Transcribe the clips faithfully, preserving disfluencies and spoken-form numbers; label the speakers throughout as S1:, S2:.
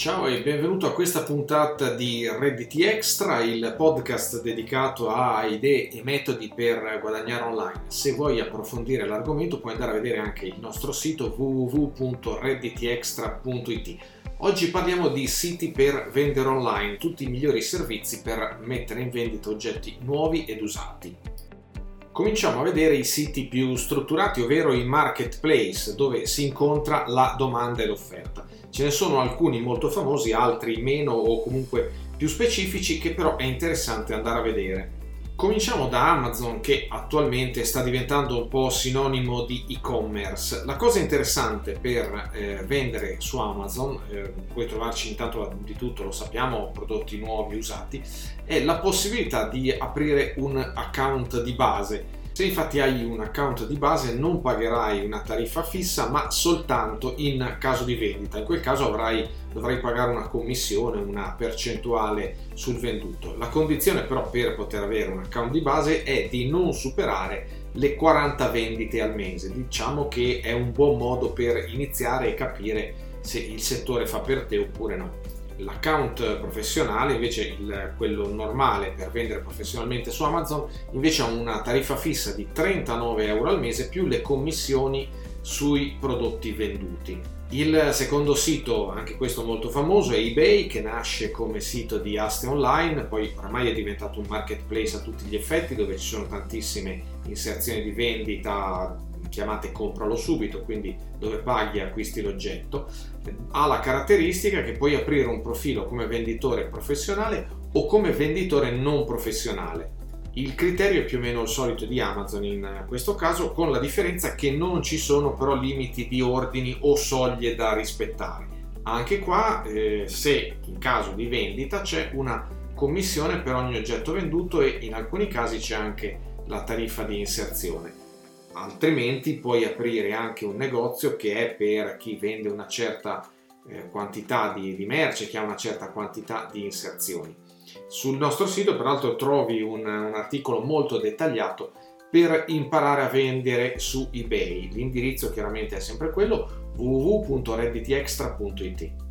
S1: Ciao e benvenuto a questa puntata di Reddit Extra, il podcast dedicato a idee e metodi per guadagnare online. Se vuoi approfondire l'argomento puoi andare a vedere anche il nostro sito w w w punto reddit extra punto i t. Oggi parliamo di siti per vendere online, tutti i migliori servizi per mettere in vendita oggetti nuovi ed usati. Cominciamo a vedere i siti più strutturati, ovvero i marketplace, dove si incontra la domanda e l'offerta. Ce ne sono alcuni molto famosi, altri meno o comunque più specifici, che però è interessante andare a vedere. Cominciamo da Amazon, che attualmente sta diventando un po' sinonimo di e-commerce. La cosa interessante per eh, vendere su Amazon, eh, puoi trovarci intanto di tutto, lo sappiamo, prodotti nuovi, usati, è la possibilità di aprire un account di base. Se infatti hai un account di base non pagherai una tariffa fissa, ma soltanto in caso di vendita. In quel caso avrai, dovrai pagare una commissione, una percentuale sul venduto. La condizione però per poter avere un account di base è di non superare le quaranta vendite al mese. Diciamo che è un buon modo per iniziare e capire se il settore fa per te oppure no. L'account professionale, invece il, quello normale per vendere professionalmente su Amazon, invece ha una tariffa fissa di trentanove euro al mese più le commissioni sui prodotti venduti. Il secondo sito, anche questo molto famoso, è eBay, che nasce come sito di aste online, poi oramai è diventato un marketplace a tutti gli effetti, dove ci sono tantissime inserzioni di vendita chiamate compralo subito, quindi dove paghi e acquisti l'oggetto. Ha la caratteristica che puoi aprire un profilo come venditore professionale o come venditore non professionale. Il criterio è più o meno il solito di Amazon in questo caso, con la differenza che non ci sono però limiti di ordini o soglie da rispettare. Anche qua, eh, se in caso di vendita, c'è una commissione per ogni oggetto venduto e in alcuni casi c'è anche la tariffa di inserzione. Altrimenti puoi aprire anche un negozio che è per chi vende una certa eh, quantità di, di merce, che ha una certa quantità di inserzioni. Sul nostro sito peraltro trovi un, un articolo molto dettagliato per imparare a vendere su eBay. L'indirizzo chiaramente è sempre quello, w w w punto reddit extra punto i t.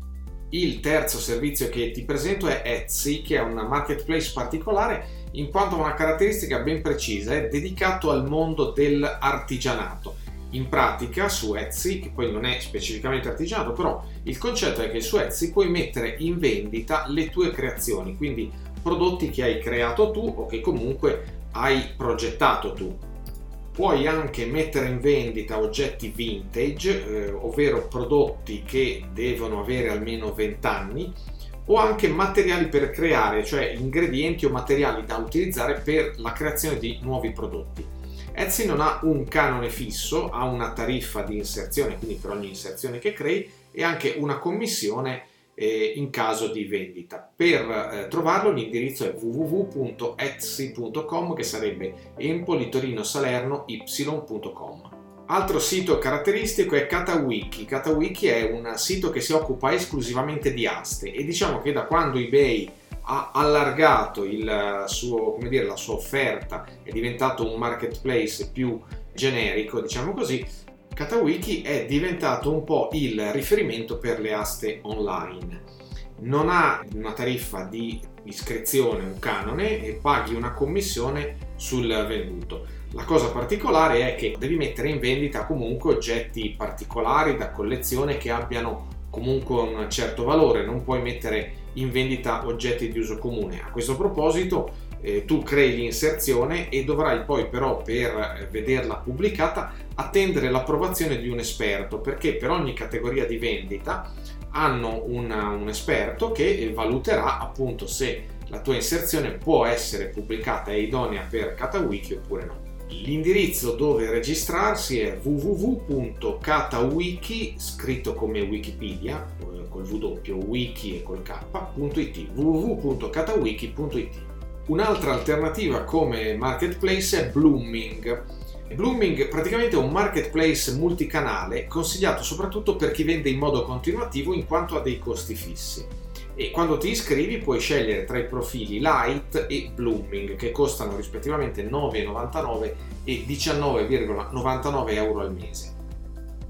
S1: Il terzo servizio che ti presento è Etsy, che è un marketplace particolare in quanto ha una caratteristica ben precisa, è dedicato al mondo dell'artigianato. In pratica su Etsy, che poi non è specificamente artigianato, però il concetto è che su Etsy puoi mettere in vendita le tue creazioni, quindi prodotti che hai creato tu o che comunque hai progettato tu. Puoi anche mettere in vendita oggetti vintage, eh, ovvero prodotti che devono avere almeno venti anni, o anche materiali per creare, cioè ingredienti o materiali da utilizzare per la creazione di nuovi prodotti. Etsy non ha un canone fisso, ha una tariffa di inserzione, quindi per ogni inserzione che crei, e anche una commissione eh, in caso di vendita. Per eh, trovarlo l'indirizzo è w w w punto etsy punto com, che sarebbe empoli torino salerno y punto com. Altro sito caratteristico è Katawiki. Katawiki è un sito che si occupa esclusivamente di aste e diciamo che da quando eBay ha allargato il suo, come dire, la sua offerta, è diventato un marketplace più generico, diciamo così, Katawiki è diventato un po' il riferimento per le aste online. Non ha una tariffa di iscrizione, un canone, e paghi una commissione sul venduto. La cosa particolare è che devi mettere in vendita comunque oggetti particolari da collezione che abbiano comunque un certo valore, non puoi mettere in vendita oggetti di uso comune. A questo proposito eh, tu crei l'inserzione e dovrai poi però, per vederla pubblicata, attendere l'approvazione di un esperto, perché per ogni categoria di vendita hanno una, un esperto che valuterà appunto se la tua inserzione può essere pubblicata e idonea per Katawiki oppure no. L'indirizzo dove registrarsi è w w w punto katawiki, scritto come Wikipedia, col W, wiki e col K, punto it, w w w punto katawiki punto it. Un'altra alternativa come marketplace è Blooming. Blooming praticamente è un marketplace multicanale consigliato soprattutto per chi vende in modo continuativo in quanto ha dei costi fissi. E quando ti iscrivi puoi scegliere tra i profili Light e Blooming, che costano rispettivamente nove virgola novantanove e diciannove virgola novantanove euro al mese.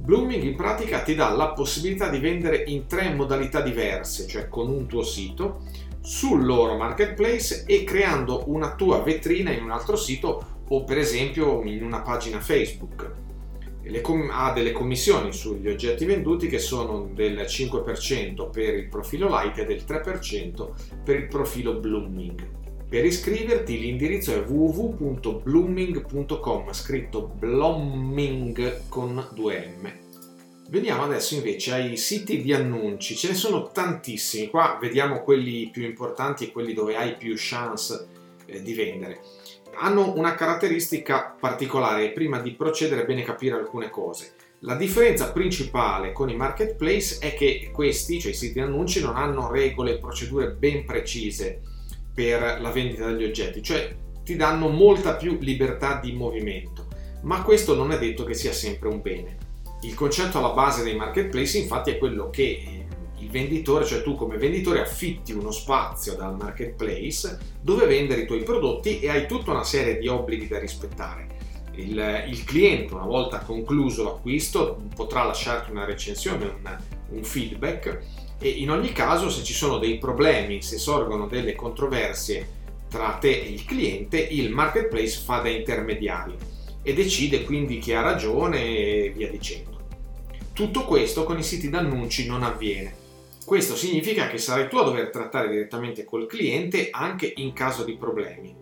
S1: Blooming in pratica ti dà la possibilità di vendere in tre modalità diverse, cioè con un tuo sito, sul loro marketplace e creando una tua vetrina in un altro sito o per esempio in una pagina Facebook. Le com- ha delle commissioni sugli oggetti venduti che sono del cinque per cento per il profilo Lite e del tre per cento per il profilo Blooming. Per iscriverti l'indirizzo è w w w punto blooming punto com, scritto Blooming con due M. Veniamo adesso invece ai siti di annunci, ce ne sono tantissimi, qua vediamo quelli più importanti e quelli dove hai più chance eh, di vendere. Hanno una caratteristica particolare e prima di procedere è bene capire alcune cose. La differenza principale con i marketplace è che questi, cioè i siti di annunci, non hanno regole e procedure ben precise per la vendita degli oggetti, cioè ti danno molta più libertà di movimento, ma questo non è detto che sia sempre un bene. Il concetto alla base dei marketplace infatti è quello che il venditore, cioè tu come venditore affitti uno spazio dal marketplace dove vendere i tuoi prodotti e hai tutta una serie di obblighi da rispettare. Il, il cliente, una volta concluso l'acquisto, potrà lasciarti una recensione, un, un feedback, e in ogni caso se ci sono dei problemi, se sorgono delle controversie tra te e il cliente, il marketplace fa da intermediario e decide quindi chi ha ragione e via dicendo. Tutto questo con i siti d'annunci non avviene. Questo significa che sarai tu a dover trattare direttamente col cliente anche in caso di problemi.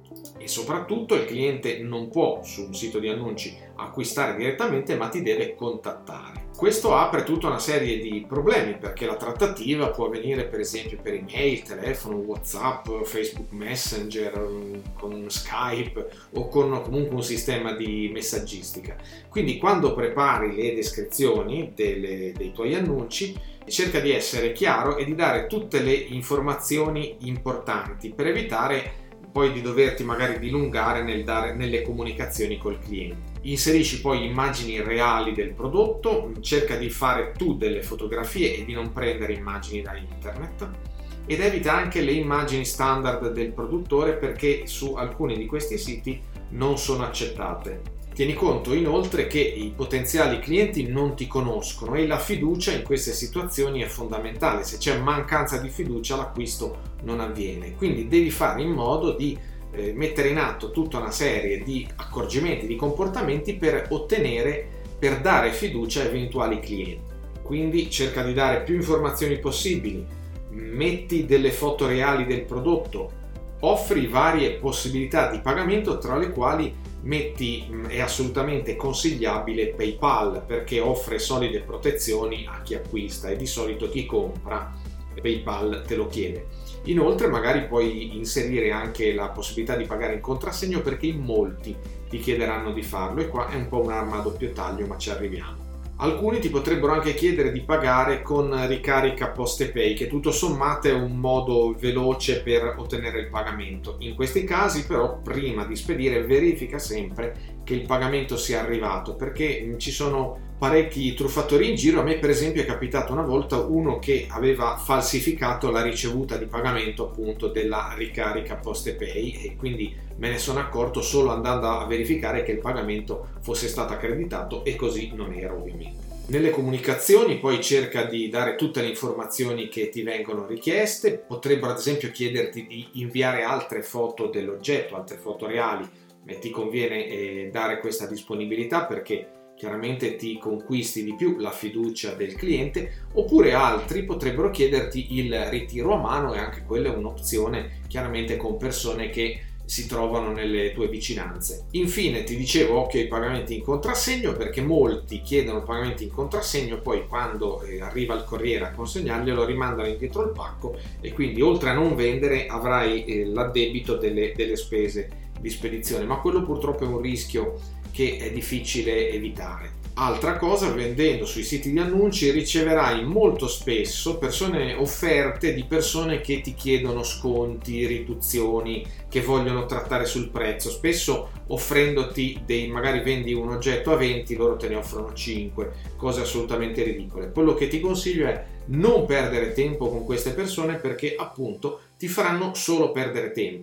S1: E soprattutto il cliente non può su un sito di annunci acquistare direttamente, ma ti deve contattare. Questo apre tutta una serie di problemi perché la trattativa può avvenire per esempio per email, telefono, WhatsApp, Facebook Messenger, con Skype o con comunque un sistema di messaggistica. Quindi quando prepari le descrizioni delle, dei tuoi annunci, cerca di essere chiaro e di dare tutte le informazioni importanti per evitare poi di doverti magari dilungare nel dare, nelle comunicazioni col cliente. Inserisci poi immagini reali del prodotto, cerca di fare tu delle fotografie e di non prendere immagini da internet ed evita anche le immagini standard del produttore perché su alcuni di questi siti non sono accettate. Tieni conto inoltre che i potenziali clienti non ti conoscono e la fiducia in queste situazioni è fondamentale. Se c'è mancanza di fiducia l'acquisto non avviene, quindi devi fare in modo di eh, mettere in atto tutta una serie di accorgimenti, di comportamenti per ottenere, per dare fiducia a eventuali clienti. Quindi cerca di dare più informazioni possibili, metti delle foto reali del prodotto, offri varie possibilità di pagamento tra le quali metti, è assolutamente consigliabile PayPal perché offre solide protezioni a chi acquista e di solito chi compra PayPal te lo chiede. Inoltre magari puoi inserire anche la possibilità di pagare in contrassegno perché in molti ti chiederanno di farlo e qua è un po' un'arma a doppio taglio, ma ci arriviamo. Alcuni ti potrebbero anche chiedere di pagare con ricarica PostePay, che tutto sommato è un modo veloce per ottenere il pagamento. In questi casi però prima di spedire verifica sempre che il pagamento sia arrivato, perché ci sono parecchi truffatori in giro. A me per esempio è capitato una volta uno che aveva falsificato la ricevuta di pagamento appunto della ricarica PostePay e quindi me ne sono accorto solo andando a verificare che il pagamento fosse stato accreditato e così non era ovviamente. Nelle comunicazioni poi cerca di dare tutte le informazioni che ti vengono richieste, potrebbero ad esempio chiederti di inviare altre foto dell'oggetto, altre foto reali, e ti conviene eh, dare questa disponibilità perché chiaramente ti conquisti di più la fiducia del cliente, oppure altri potrebbero chiederti il ritiro a mano e anche quella è un'opzione chiaramente con persone che si trovano nelle tue vicinanze. Infine ti dicevo occhio ai pagamenti in contrassegno perché molti chiedono pagamenti in contrassegno, poi quando eh, arriva il corriere a consegnarglielo rimandano indietro il pacco e quindi oltre a non vendere avrai eh, l'addebito delle, delle spese di spedizione, ma quello purtroppo è un rischio che è difficile evitare. Altra cosa, vendendo sui siti di annunci riceverai molto spesso persone offerte di persone che ti chiedono sconti, riduzioni, che vogliono trattare sul prezzo, spesso offrendoti dei, magari vendi un oggetto a venti, loro te ne offrono cinque, cose assolutamente ridicole. Quello che ti consiglio è non perdere tempo con queste persone perché appunto ti faranno solo perdere tempo.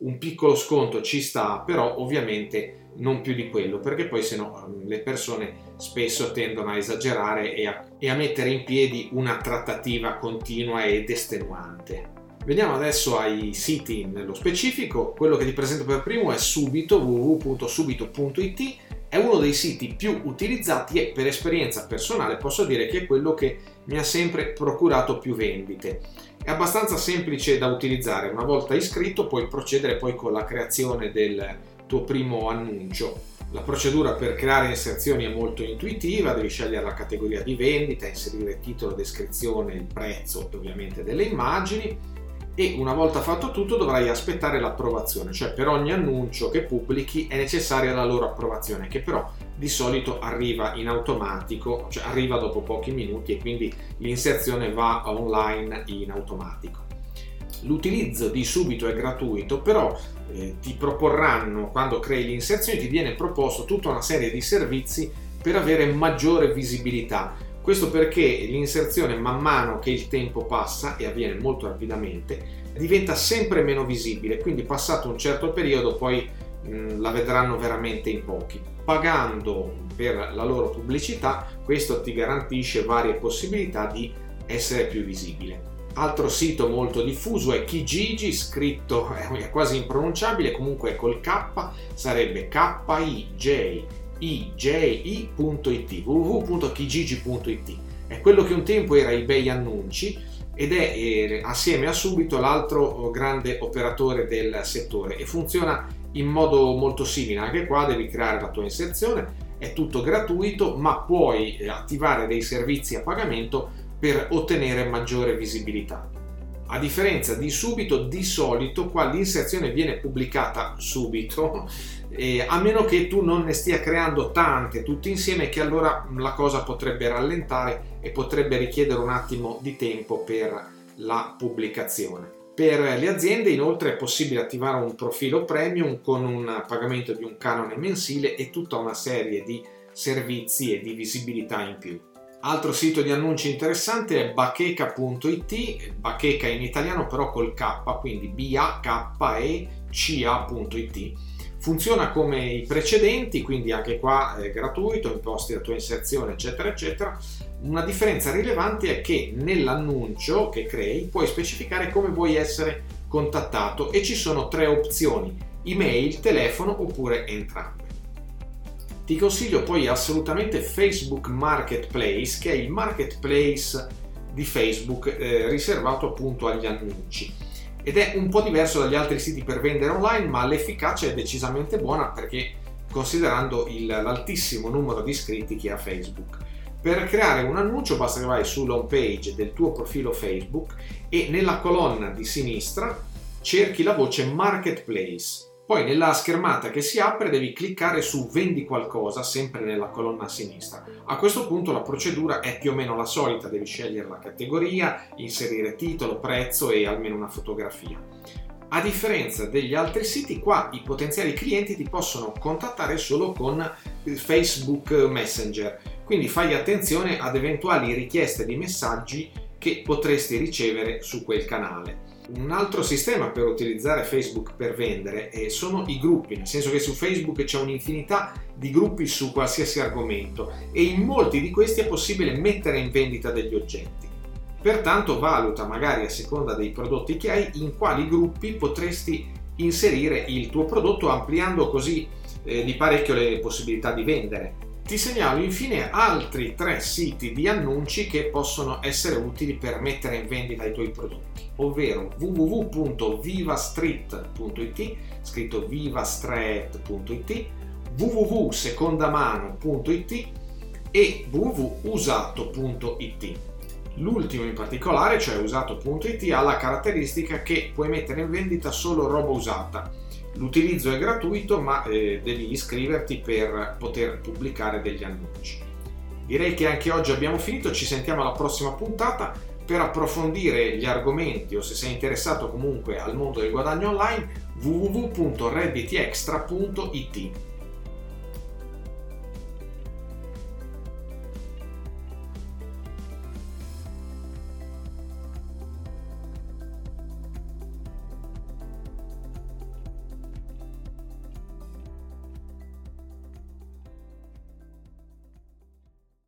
S1: un piccolo sconto ci sta, però ovviamente non più di quello, perché poi se no le persone spesso tendono a esagerare e a, e a mettere in piedi una trattativa continua ed estenuante. Veniamo adesso ai siti nello specifico. Quello che ti presento per primo è Subito, w w w punto subito punto i t. È uno dei siti più utilizzati e per esperienza personale posso dire che è quello che mi ha sempre procurato più vendite. È abbastanza semplice da utilizzare, una volta iscritto puoi procedere poi con la creazione del tuo primo annuncio. La procedura per creare inserzioni è molto intuitiva, devi scegliere la categoria di vendita, inserire titolo, descrizione, il prezzo e ovviamente delle immagini. E una volta fatto tutto dovrai aspettare l'approvazione, cioè per ogni annuncio che pubblichi è necessaria la loro approvazione, che però di solito arriva in automatico, cioè arriva dopo pochi minuti e quindi l'inserzione va online in automatico. L'utilizzo di Subito è gratuito, però eh, ti proporranno, quando crei l'inserzione, ti viene proposto tutta una serie di servizi per avere maggiore visibilità. Questo perché l'inserzione, man mano che il tempo passa, e avviene molto rapidamente, diventa sempre meno visibile, quindi passato un certo periodo poi mh, la vedranno veramente in pochi. Pagando per la loro pubblicità, questo ti garantisce varie possibilità di essere più visibile. Altro sito molto diffuso è Kijiji, scritto è quasi impronunciabile, comunque col K, sarebbe K I J I J I punto I T, w w w punto kijiji punto i t. È quello che un tempo era eBay Annunci ed è eh, assieme a Subito l'altro grande operatore del settore e funziona in modo molto simile. Anche qua devi creare la tua inserzione, è tutto gratuito, ma puoi attivare dei servizi a pagamento per ottenere maggiore visibilità. A differenza di Subito, di solito qua l'inserzione viene pubblicata subito, eh, a meno che tu non ne stia creando tante tutte insieme, che allora la cosa potrebbe rallentare e potrebbe richiedere un attimo di tempo per la pubblicazione. Per le aziende inoltre è possibile attivare un profilo premium con un pagamento di un canone mensile e tutta una serie di servizi e di visibilità in più. Altro sito di annunci interessante è bacheca punto i t, bacheca in italiano però col K, quindi B A K E C A punto i t. Funziona come i precedenti, quindi anche qua è gratuito, imposti la tua inserzione eccetera eccetera. Una differenza rilevante è che nell'annuncio che crei puoi specificare come vuoi essere contattato e ci sono tre opzioni: email, telefono oppure entrambe. Ti consiglio poi assolutamente Facebook Marketplace, che è il marketplace di Facebook eh, riservato appunto agli annunci, ed è un po' diverso dagli altri siti per vendere online, ma l'efficacia è decisamente buona, perché considerando il, l'altissimo numero di iscritti che ha Facebook. Per creare un annuncio basta che vai sull'home page del tuo profilo Facebook e nella colonna di sinistra cerchi la voce Marketplace. Poi nella schermata che si apre devi cliccare su Vendi qualcosa, sempre nella colonna a sinistra. A questo punto la procedura è più o meno la solita, devi scegliere la categoria, inserire titolo, prezzo e almeno una fotografia. A differenza degli altri siti, qua i potenziali clienti ti possono contattare solo con Facebook Messenger, quindi fai attenzione ad eventuali richieste di messaggi che potresti ricevere su quel canale. Un altro sistema per utilizzare Facebook per vendere sono i gruppi, nel senso che su Facebook c'è un'infinità di gruppi su qualsiasi argomento e in molti di questi è possibile mettere in vendita degli oggetti. Pertanto valuta, magari a seconda dei prodotti che hai, in quali gruppi potresti inserire il tuo prodotto, ampliando così eh, di parecchio le possibilità di vendere. Ti segnalo infine altri tre siti di annunci che possono essere utili per mettere in vendita i tuoi prodotti, ovvero w w w punto vivastreet punto i t, scritto vivastreet punto i t, w w w punto secondamano punto i t e w w w punto usato punto i t. L'ultimo in particolare, cioè usato punto i t, ha la caratteristica che puoi mettere in vendita solo roba usata. L'utilizzo è gratuito, ma eh, devi iscriverti per poter pubblicare degli annunci. Direi che anche oggi abbiamo finito, ci sentiamo alla prossima puntata per approfondire gli argomenti, o se sei interessato comunque al mondo del guadagno online, w w w punto redditextra punto i t.